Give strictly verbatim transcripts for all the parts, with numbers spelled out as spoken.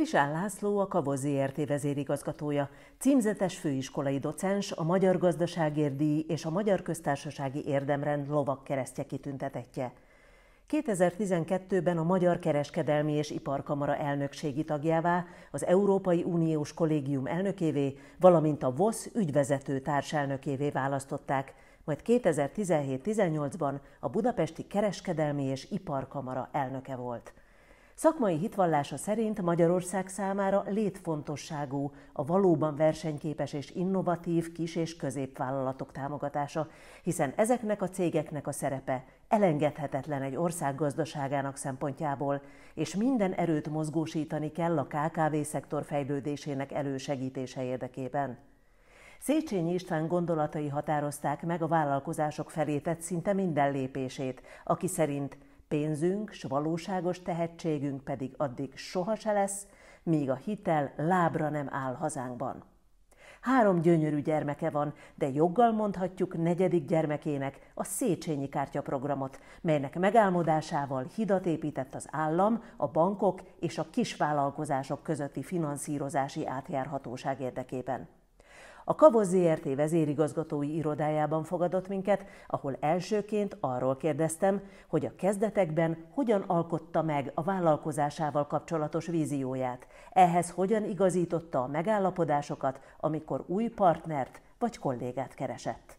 Frisán László a Kavoz Zé Er Té vezérigazgatója, címzetes főiskolai docens, a Magyar Gazdaságért díj és a Magyar Köztársasági Érdemrend lovagkeresztje kitüntetettje. kétezer-tizenkettőben a Magyar Kereskedelmi és Iparkamara elnökségi tagjává, az Európai Uniós Kollégium elnökévé, valamint a vé o szé ügyvezető társelnökévé választották, majd kétezer-tizenhét-tizennyolcban a Budapesti Kereskedelmi és Iparkamara elnöke volt. Szakmai hitvallása szerint Magyarország számára létfontosságú a valóban versenyképes és innovatív kis- és középvállalatok támogatása, hiszen ezeknek a cégeknek a szerepe elengedhetetlen egy ország gazdaságának szempontjából, és minden erőt mozgósítani kell a ká ká vé-szektor fejlődésének elősegítése érdekében. Széchenyi István gondolatai határozták meg a vállalkozások felé tett szinte minden lépését, aki szerint pénzünk s valóságos tehetségünk pedig addig soha se lesz, míg a hitel lábra nem áll hazánkban. Három gyönyörű gyermeke van, de joggal mondhatjuk negyedik gyermekének a Széchenyi kártyaprogramot, melynek megálmodásával hidat épített az állam, a bankok és a kisvállalkozások közötti finanszírozási átjárhatóság érdekében. A Kavoz Zé Er Té vezérigazgatói irodájában fogadott minket, ahol elsőként arról kérdeztem, hogy a kezdetekben hogyan alkotta meg a vállalkozásával kapcsolatos vízióját, ehhez hogyan igazította a megállapodásokat, amikor új partnert vagy kollégát keresett.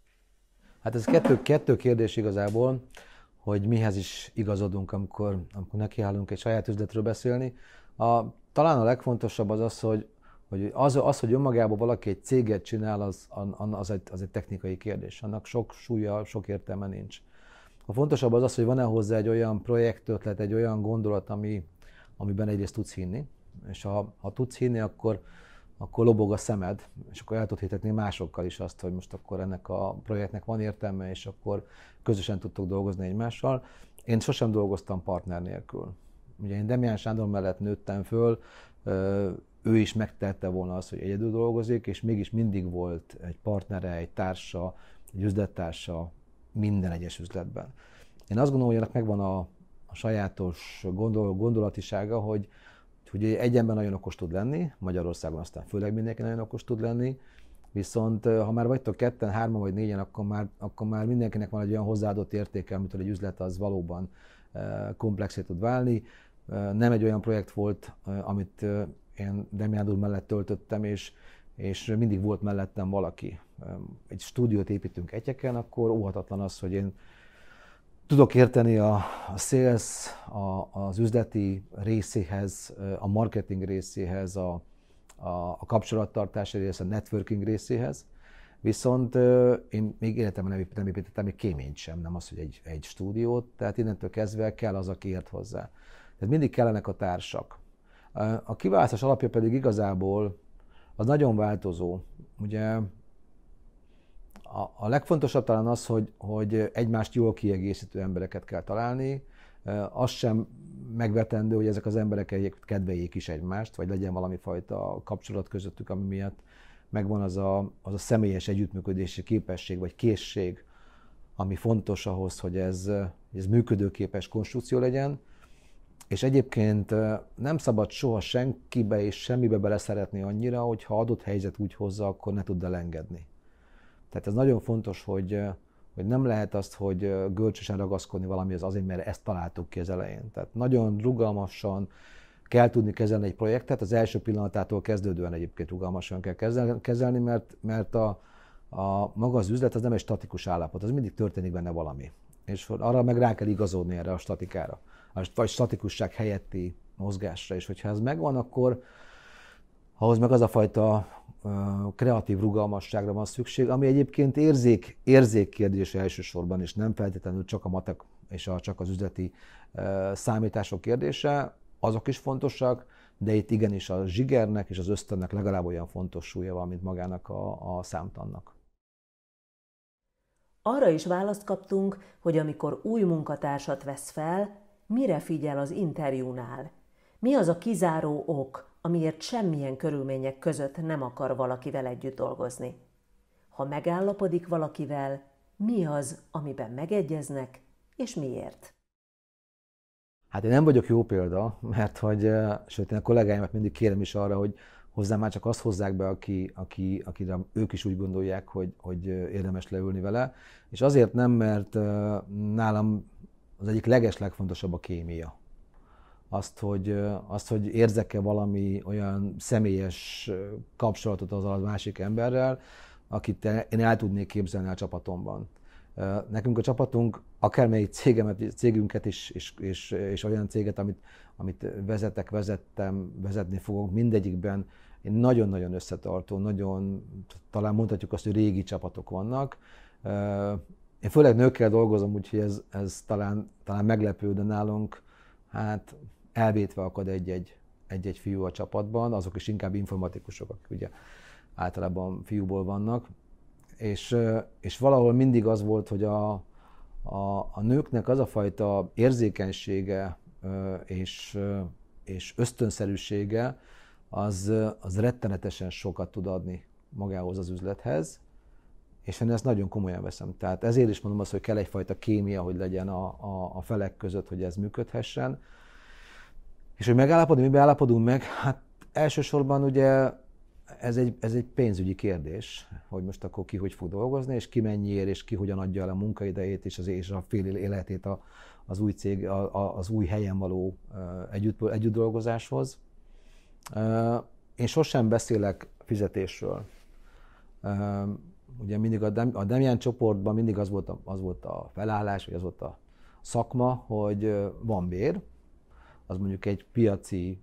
Hát ez kettő, kettő kérdés igazából, hogy mihez is igazodunk, amikor, amikor nekiállunk egy saját üzletről beszélni. A, talán a legfontosabb az az, hogy hogy az, az, hogy önmagában valaki egy céget csinál, az, az, egy, az egy technikai kérdés. Annak sok súlya, sok értelme nincs. A fontosabb az az, hogy van-e hozzá egy olyan projektötlet, egy olyan gondolat, ami, amiben egyrészt tudsz hinni, és ha, ha tudsz hinni, akkor, akkor lobog a szemed, és akkor el tudod hitetni másokkal is azt, hogy most akkor ennek a projektnek van értelme, és akkor közösen tudtok dolgozni egymással. Én sosem dolgoztam partner nélkül. Ugye én Demján Sándor mellett nőttem föl, ő is megtehette volna azt, hogy egyedül dolgozik, és mégis mindig volt egy partnere, egy társa, egy üzlettársa minden egyes üzletben. Én azt gondolom, hogy ennek megvan a, a sajátos gondol, gondolatisága, hogy, hogy egy ember nagyon okos tud lenni, Magyarországon aztán főleg mindenki nagyon okos tud lenni, viszont ha már vagytok ketten, hárman vagy négyen, akkor már, akkor már mindenkinek van egy olyan hozzáadott értéke, amitől egy üzlet az valóban komplexé tud válni. Nem egy olyan projekt volt, amit én Demján úr mellett töltöttem, és, és mindig volt mellettem valaki. Egy stúdiót építünk Etyeken, akkor óhatatlan az, hogy én tudok érteni a, a sales, a, az üzleti részéhez, a marketing részéhez, a, a, a kapcsolattartási részéhez, a networking részéhez. Viszont én még életemben nem építettem egy kéményt sem, nem az, hogy egy, egy stúdiót, tehát innentől kezdve kell az, aki ért hozzá. Tehát mindig kellenek a társak. A kiválasztás alapja pedig igazából az nagyon változó. Ugye a, a legfontosabb talán az, hogy, hogy egymást jól kiegészítő embereket kell találni. Az sem megvetendő, hogy ezek az emberek kedveljék is egymást, vagy legyen valami fajta kapcsolat közöttük, ami miatt megvan az a, az a személyes együttműködési képesség, vagy készség, ami fontos ahhoz, hogy ez, ez működőképes konstrukció legyen. És egyébként nem szabad soha senkibe és semmibe beleszeretni annyira, hogy ha adott helyzet úgy hozza, akkor ne tudd elengedni. Tehát ez nagyon fontos, hogy, hogy nem lehet azt, hogy görcsösen ragaszkodni valamihez azért, mert ezt találtuk ki az elején. Tehát nagyon rugalmasan kell tudni kezelni egy projektet, az első pillanatától kezdődően egyébként rugalmasan kell kezelni, mert, mert a, a, maga az üzlet az nem egy statikus állapot, az mindig történik benne valami. És arra meg rá kell igazodni erre a statikára, vagy statikusság helyetti mozgásra. És hogyha ez megvan, akkor ahhoz meg az a fajta uh, kreatív rugalmasságra van szükség, ami egyébként érzék, érzék kérdése elsősorban, és nem feltétlenül csak a matek és a, csak az üzleti uh, számítások kérdése, azok is fontosak, de itt igenis a zsigernek és az ösztönnek legalább olyan fontos súlya van, mint magának a, a számtannak. Arra is választ kaptunk, hogy amikor új munkatársat vesz fel, mire figyel az interjúnál? Mi az a kizáró ok, amiért semmilyen körülmények között nem akar valakivel együtt dolgozni? Ha megállapodik valakivel, mi az, amiben megegyeznek, és miért? Hát én nem vagyok jó példa, mert hogy, sőt, én a kollégáimat mindig kérem is arra, hogy hozzám már csak azt hozzák be, aki, aki, akire ők is úgy gondolják, hogy, hogy érdemes leülni vele. És azért nem, mert nálam az egyik leges-legfontosabb a kémia. Azt, hogy, azt, hogy érzek-e valami olyan személyes kapcsolatot az a másik emberrel, akit én el tudnék képzelni a csapatomban. Nekünk a csapatunk, akármelyik cégemet, cégünket is, és, és, és olyan céget, amit, amit vezetek, vezettem, vezetni fogok, mindegyikben nagyon-nagyon összetartó, nagyon, talán mondhatjuk azt, hogy régi csapatok vannak. Én főleg nőkkel dolgozom, úgyhogy ez, ez talán, talán meglepő, de nálunk hát elvétve akad egy-egy, egy-egy fiú a csapatban, azok is inkább informatikusok, akik ugye általában fiúból vannak. És, és valahol mindig az volt, hogy a, a, a nőknek az a fajta érzékenysége és, és ösztönszerűsége, az, az rettenetesen sokat tud adni magához az üzlethez, és én ezt nagyon komolyan veszem. Tehát ezért is mondom azt, hogy kell egyfajta kémia, hogy legyen a, a, a felek között, hogy ez működhessen. És hogy megállapodni, mi állapodunk meg, hát elsősorban ugye ez egy, ez egy pénzügyi kérdés, hogy most akkor ki hogy fog dolgozni, és ki mennyiért, és ki hogyan adja el a munkaidejét, és, az, és a fél életét a, az új cég, a, a, az új helyen való együtt, együtt dolgozáshoz. Én sosem beszélek fizetésről. Ugye mindig a, Dem, a Demján csoportban mindig az volt, a, az volt a felállás, vagy az volt a szakma, hogy van bér, az mondjuk egy piaci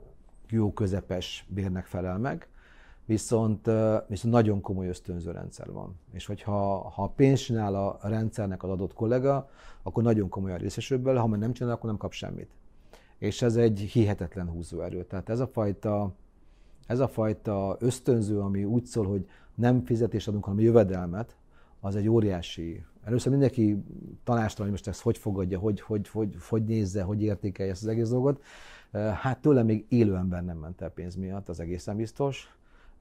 jó közepes bérnek felel meg, viszont, viszont nagyon komoly ösztönző rendszer van. És hogyha ha pénzt csinál a rendszernek az adott kollega, akkor nagyon komolyan részesül belőle, ha már nem csinál, akkor nem kap semmit. És ez egy hihetetlen húzóerő. Tehát ez a fajta, ez a fajta ösztönző, ami úgy szól, hogy nem fizetést adunk, hanem jövedelmet, az egy óriási. Először mindenki tanástalan, hogy most ezt hogy fogadja, hogy, hogy, hogy, hogy nézze, hogy értékelje ezt az egész dolgot. Hát tőlem még élő ember nem ment el pénz miatt, az egészen biztos.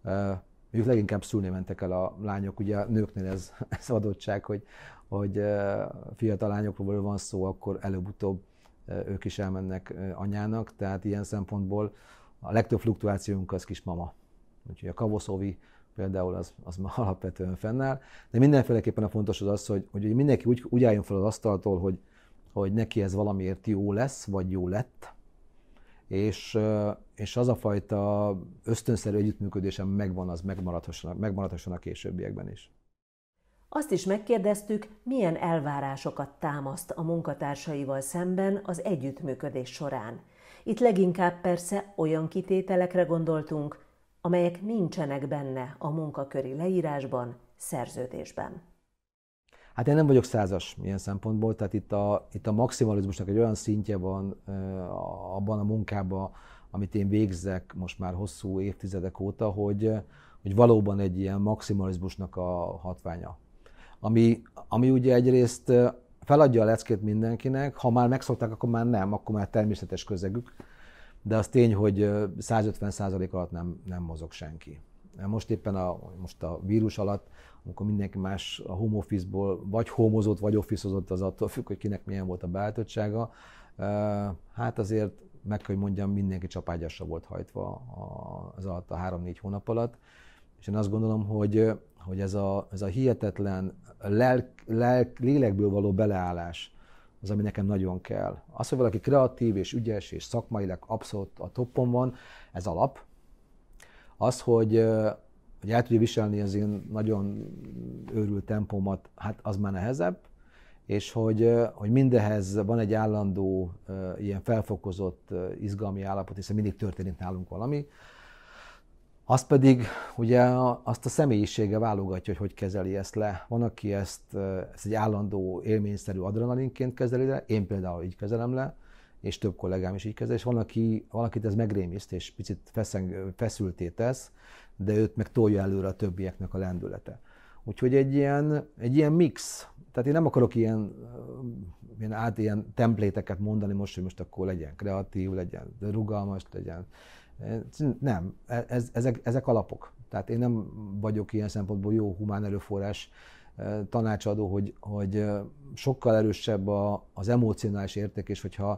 Ők leginkább szülni mentek el a lányok, ugye a nőknél ez, ez adottság, hogy, hogy fiatal lányokról van szó, akkor előbb-utóbb ők is elmennek anyának, tehát ilyen szempontból a legtöbb fluktuációnk az kismama. Úgyhogy a Kavoszóvi például az, az már alapvetően fennáll. De mindenféleképpen a fontos az az, hogy, hogy mindenki úgy, úgy álljon fel az asztaltól, hogy, hogy neki ez valamiért jó lesz, vagy jó lett, és, és az a fajta ösztönszerű együttműködésem megvan, az megmaradhasson, megmaradhasson a későbbiekben is. Azt is megkérdeztük, milyen elvárásokat támaszt a munkatársaival szemben az együttműködés során. Itt leginkább persze olyan kitételekre gondoltunk, amelyek nincsenek benne a munkaköri leírásban, szerződésben. Hát én nem vagyok százas ilyen szempontból, tehát itt a, itt a maximalizmusnak egy olyan szintje van uh, abban a munkában, amit én végzek most már hosszú évtizedek óta, hogy, hogy valóban egy ilyen maximalizmusnak a hatványa. Ami, ami ugye egyrészt feladja a leckét mindenkinek, ha már megszokták, akkor már nem, akkor már természetes közegük, de az tény, hogy százötven százalék alatt nem, nem mozog senki. Most éppen a, most a vírus alatt, amikor mindenki más a home office-ból vagy homozott, vagy office-ozott, az attól függ, hogy kinek milyen volt a beállítottsága. Hát azért meg kell, hogy mondjam, mindenki csapágyasra volt hajtva az alatt a három-négy hónap alatt. És én azt gondolom, hogy, hogy ez, a, ez a hihetetlen lelk, lelk, lélekből való beleállás, az, ami nekem nagyon kell. Az, hogy valaki kreatív és ügyes és szakmailag abszolút a toppon van, ez alap. Az, hogy, hogy el tudja viselni az én nagyon őrült tempómat, hát az már nehezebb. És hogy, hogy mindehez van egy állandó, ilyen felfokozott izgalmi állapot, hiszen mindig történik nálunk valami. Azt pedig ugye azt a személyisége válogatja, hogy hogy kezeli ezt le. Van, aki ezt, ezt egy állandó élményszerű adrenalinként kezeli le, én például így kezelem le, és több kollégám is így kezel, és van, aki, valakit ez megrémiszt, és picit feszeng, feszülté tesz, de őt meg tolja előre a többieknek a lendülete. Úgyhogy egy ilyen, egy ilyen mix. Tehát én nem akarok ilyen, ilyen, át, ilyen templéteket mondani most, hogy most akkor legyen kreatív, legyen rugalmas, legyen. Nem, ez, ezek, ezek alapok. Tehát én nem vagyok ilyen szempontból jó humán erőforrás tanácsadó, hogy, hogy sokkal erősebb a, az emocionális érték, és hogyha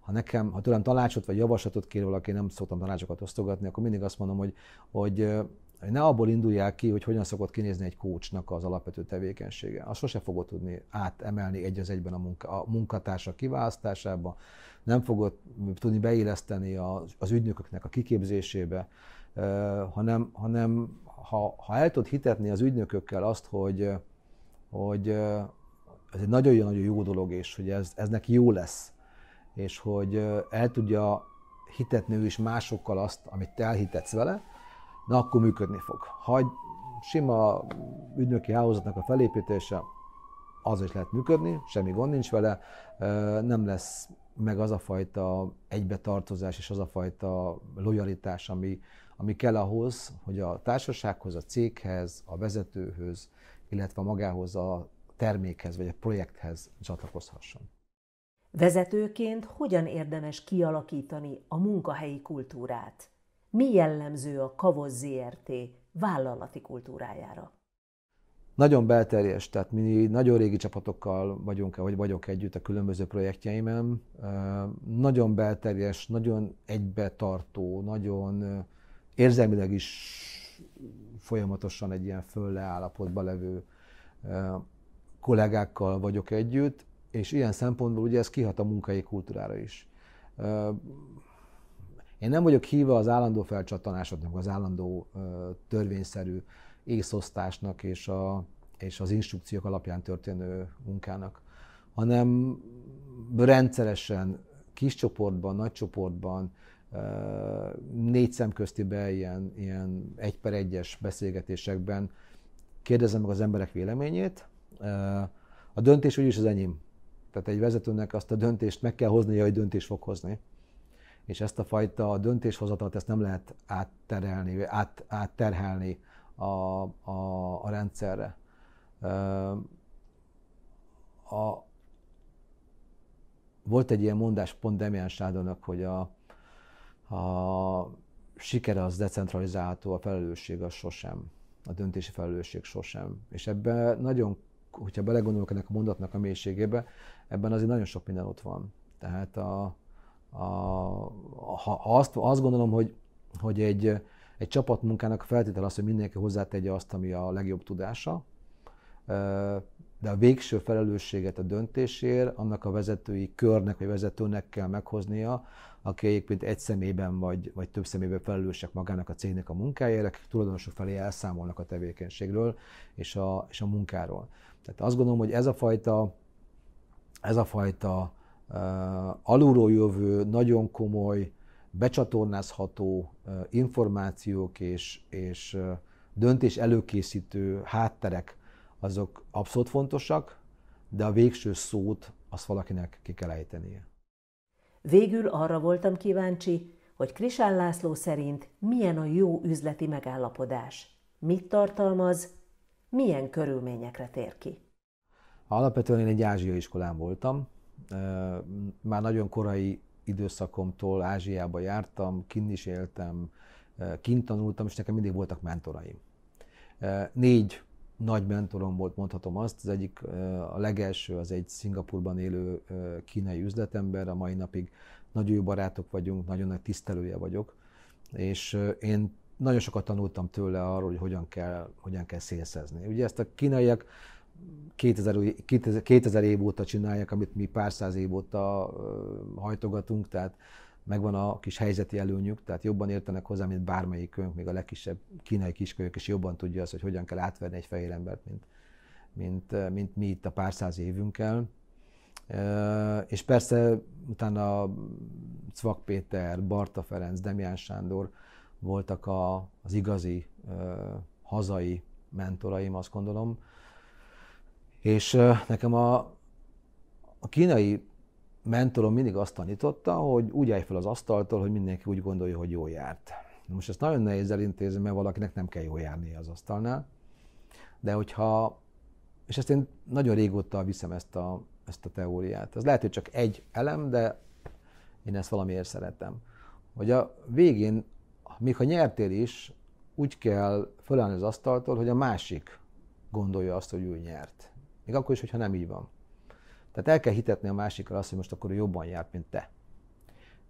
ha nekem, ha tőlem tanácsot vagy javaslatot kér valaki, nem szoktam tanácsokat osztogatni, akkor mindig azt mondom, hogy, hogy ne abból indulják ki, hogy hogyan szokott kinézni egy coachnak az alapvető tevékenysége. Azt sose fogod tudni átemelni egy az egyben a, munka, a munkatársak kiválasztásába, nem fogod tudni beilleszteni az, az ügynököknek a kiképzésébe, hanem, hanem ha, ha el tudod hitetni az ügynökökkel azt, hogy, hogy ez egy nagyon-nagyon jó dolog, és hogy ez, ez neki jó lesz, és hogy el tudja hitetni ő is másokkal azt, amit te elhitetsz vele, na akkor működni fog. Ha egy sima ügynöki hálózatnak a felépítése, az is lehet működni, semmi gond nincs vele, nem lesz meg az a fajta egybetartozás és az a fajta lojalitás, ami, ami kell ahhoz, hogy a társasághoz, a céghez, a vezetőhöz, illetve magához a termékhez vagy a projekthez csatlakozhasson. Vezetőként hogyan érdemes kialakítani a munkahelyi kultúrát? Mi jellemző a Kavoz zé er té vállalati kultúrájára? Nagyon belterjes, tehát mi nagyon régi csapatokkal vagyunk, vagy vagyok együtt a különböző projektjeimen. Nagyon belterjes, nagyon egybetartó, nagyon érzelmileg is folyamatosan egy ilyen fölle állapotban levő kollégákkal vagyok együtt, és ilyen szempontból ugye ez kihat a munkai kultúrára is. Én nem vagyok híve az állandó felcsattanásoknak, az állandó törvényszerű észosztásnak és, a, és az instrukciók alapján történő munkának, hanem rendszeresen, kis csoportban, nagy csoportban, négy szemköztibe ilyen, ilyen egy per egyes beszélgetésekben kérdezem meg az emberek véleményét. A döntés úgyis az enyém. Tehát egy vezetőnek azt a döntést meg kell hoznia, hogy döntést fog hozni. És ezt a fajta döntéshozatalt ezt nem lehet átterelni, át, átterhelni a, a, a rendszerre. A, volt egy ilyen mondás pont Demián Sándornak, hogy a, a siker az decentralizálható, a felelősség az sosem, a döntési felelősség sosem. És ebben nagyon, hogyha belegondolok ennek a mondatnak a mélységébe, ebben azért nagyon sok minden ott van. Tehát a, a, ha azt, azt gondolom, hogy, hogy egy, egy csapatmunkának a feltétel az, hogy mindenki hozzátegye azt, ami a legjobb tudása, de a végső felelősséget a döntésért annak a vezetői körnek vagy vezetőnek kell meghoznia, aki egyébként egy személyben vagy, vagy több személyben felelősek magának a cégnek a munkájára, akik tulajdonosok felé elszámolnak a tevékenységről és a, és a munkáról. Tehát azt gondolom, hogy ez a fajta, ez a fajta uh, alulról jövő, nagyon komoly, becsatornázható uh, információk és, és uh, döntés előkészítő hátterek, azok abszolút fontosak, de a végső szót azt valakinek ki kell ejtenie. Végül arra voltam kíváncsi, hogy Krisán László szerint milyen a jó üzleti megállapodás, mit tartalmaz, milyen körülményekre tér ki. Alapvetően én egy ázsiai iskolán voltam, már nagyon korai időszakomtól Ázsiába jártam, kint is éltem, kint tanultam, és nekem mindig voltak mentoraim. Négy nagy mentorom volt, mondhatom azt. Az egyik, a legelső, az egy Szingapurban élő kínai üzletember, a mai napig nagyon jó barátok vagyunk, nagyon nagy tisztelője vagyok, és én nagyon sokat tanultam tőle arról, hogy hogyan kell, hogyan kell szélszezni. Ugye ezt a kínaiak kétezer év óta csinálják, amit mi pár száz év óta hajtogatunk, tehát megvan a kis helyzeti előnyük, tehát jobban értenek hozzá, mint bármelyikünk, még a legkisebb kínai kiskölyök is jobban tudja azt, hogy hogyan kell átverni egy fehér embert, mint, mint, mint mi itt a pár száz évünkkel. És persze utána Cvak Péter, Barta Ferenc, Demián Sándor voltak a, az igazi hazai mentoraim, azt gondolom. És nekem a, a kínai mentorom mindig azt tanította, hogy úgy állj fel az asztaltól, hogy mindenki úgy gondolja, hogy jól járt. Most ezt nagyon nehéz elintézni, mert valakinek nem kell jól járni az asztalnál. De hogyha, és ezt én nagyon régóta viszem ezt a, ezt a teóriát. Ez lehet, hogy csak egy elem, de én ezt valamiért szeretem. Hogy a végén, még ha nyertél is, úgy kell fölállni az asztaltól, hogy a másik gondolja azt, hogy ő nyert. Még akkor is, hogyha nem így van. Tehát el kell hitetni a másikra azt, hogy most akkor ő jobban járt, mint te.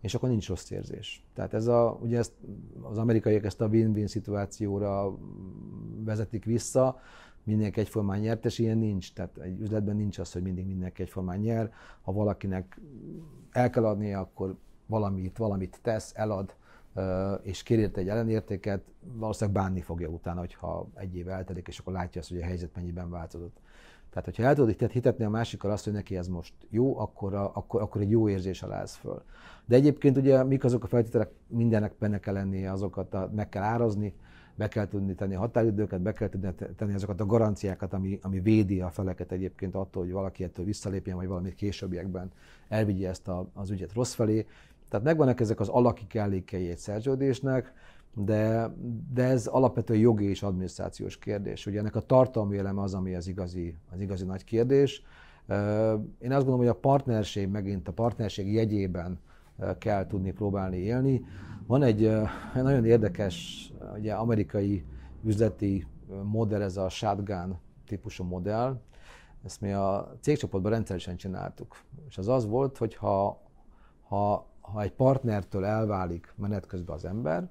és akkor nincs rossz érzés. Tehát ez a, ugye ezt, az amerikaiak ezt a win-win szituációra vezetik vissza, mindenki egyformán nyert, és ilyen nincs. Tehát egy üzletben nincs az, hogy mindig mindenki egyformán nyer. Ha valakinek el kell adnia, akkor valamit, valamit tesz, elad, és kér érte egy ellenértéket, valószínűleg bánni fogja utána, hogyha egy év eltelik, és akkor látja azt, hogy a helyzet mennyiben változott. Tehát, hogyha el tudod hitetni a másikkal azt, hogy neki ez most jó, akkor, a, akkor, akkor egy jó érzéssel állsz föl. De egyébként ugye mik azok a feltételek, mindennek benne kell lennie, azokat a, meg kell árazni, be kell tudni tenni a határidőket, be kell tudni tenni azokat a garanciákat, ami, ami védi a feleket egyébként attól, hogy valaki ettől visszalépjen, vagy valamit későbbiekben elvigye ezt a, az ügyet rossz felé. Tehát megvannak ezek az alaki kellékei egy szerződésnek, de, de ez alapvetően jogi és adminisztrációs kérdés. Ugye ennek a tartalmi eleme az, ami az igazi, az igazi nagy kérdés. Én azt gondolom, hogy a partnerség megint a partnerség jegyében kell tudni próbálni élni. Van egy nagyon érdekes ugye, amerikai üzleti modell, ez a shotgun típusú modell. Ezt mi a cégcsoportban rendszeresen csináltuk. És az az volt, hogy ha, ha, ha egy partnertől elválik menet közben az ember,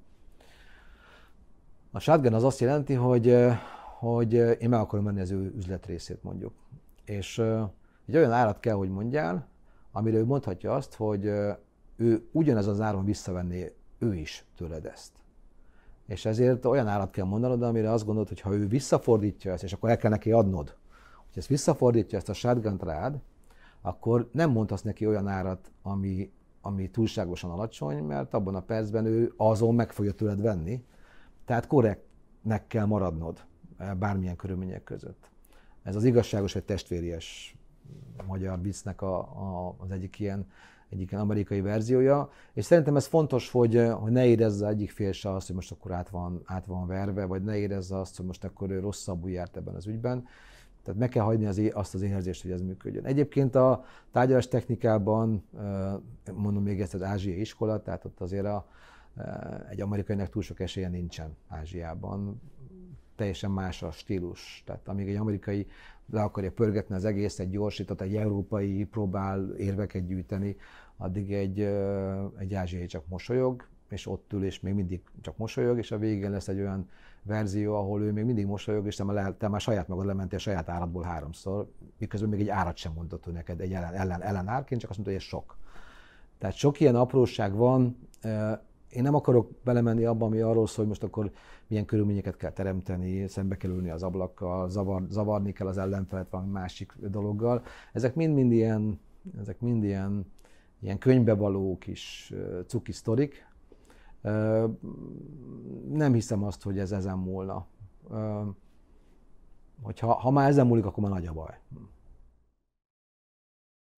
a shotgun az azt jelenti, hogy, hogy én meg akarom menni az ő üzletrészét mondjuk. És egy olyan árat kell, hogy mondjál, amire ő mondhatja azt, hogy ő ugyanez az áron visszavenné ő is tőled ezt. És ezért olyan árat kell mondanod, amire azt gondolod, hogy ha ő visszafordítja ezt, és akkor el kell neki adnod, hogy ezt visszafordítja ezt a shotgunt rád, akkor nem mondhatsz neki olyan árat, ami, ami túlságosan alacsony, mert abban a percben ő azon meg fogja tőled venni. Tehát korrektnek kell maradnod bármilyen körülmények között. Ez az igazságos vagy testvéries magyar viccnek a, a, az egyik ilyen, egyik ilyen amerikai verziója. És szerintem ez fontos, hogy, hogy ne érezze egyik fél se azt, hogy most akkor át van, át van verve, vagy ne érezze azt, hogy most akkor ő rosszabbul járt ebben az ügyben. Tehát meg kell hagyni az, azt az érzést, hogy ez működjön. Egyébként a tárgyalás technikában, mondom még ezt, az ázsiai iskola, tehát ott azért a, egy amerikainak túl sok esélye nincsen Ázsiában. Teljesen más a stílus. Tehát amíg egy amerikai le akarja pörgetni az egészet, gyorsított, egy európai próbál érveket gyűjteni, addig egy, egy ázsiai csak mosolyog, és ott ül, és még mindig csak mosolyog, és a végén lesz egy olyan verzió, ahol ő még mindig mosolyog, és te már, te már saját magad lementél a saját áradból háromszor, miközben még egy árat sem mondott ő neked egy ellen, ellen, ellenárként, csak azt mondta, hogy ez sok. Tehát sok ilyen apróság van. Én nem akarok belemenni abba, ami arról szól, hogy most akkor milyen körülményeket kell teremteni, szembe kell ülni az ablakkal, zavar, zavarni kell az ellenfelet valami másik dologgal. Ezek mind-mind ilyen, ezek mind ilyen, ilyen könyvbevaló kis cuki sztorik. Nem hiszem azt, hogy ez ezen múlna. Hogyha, ha már ezen múlik, akkor már nagy a baj.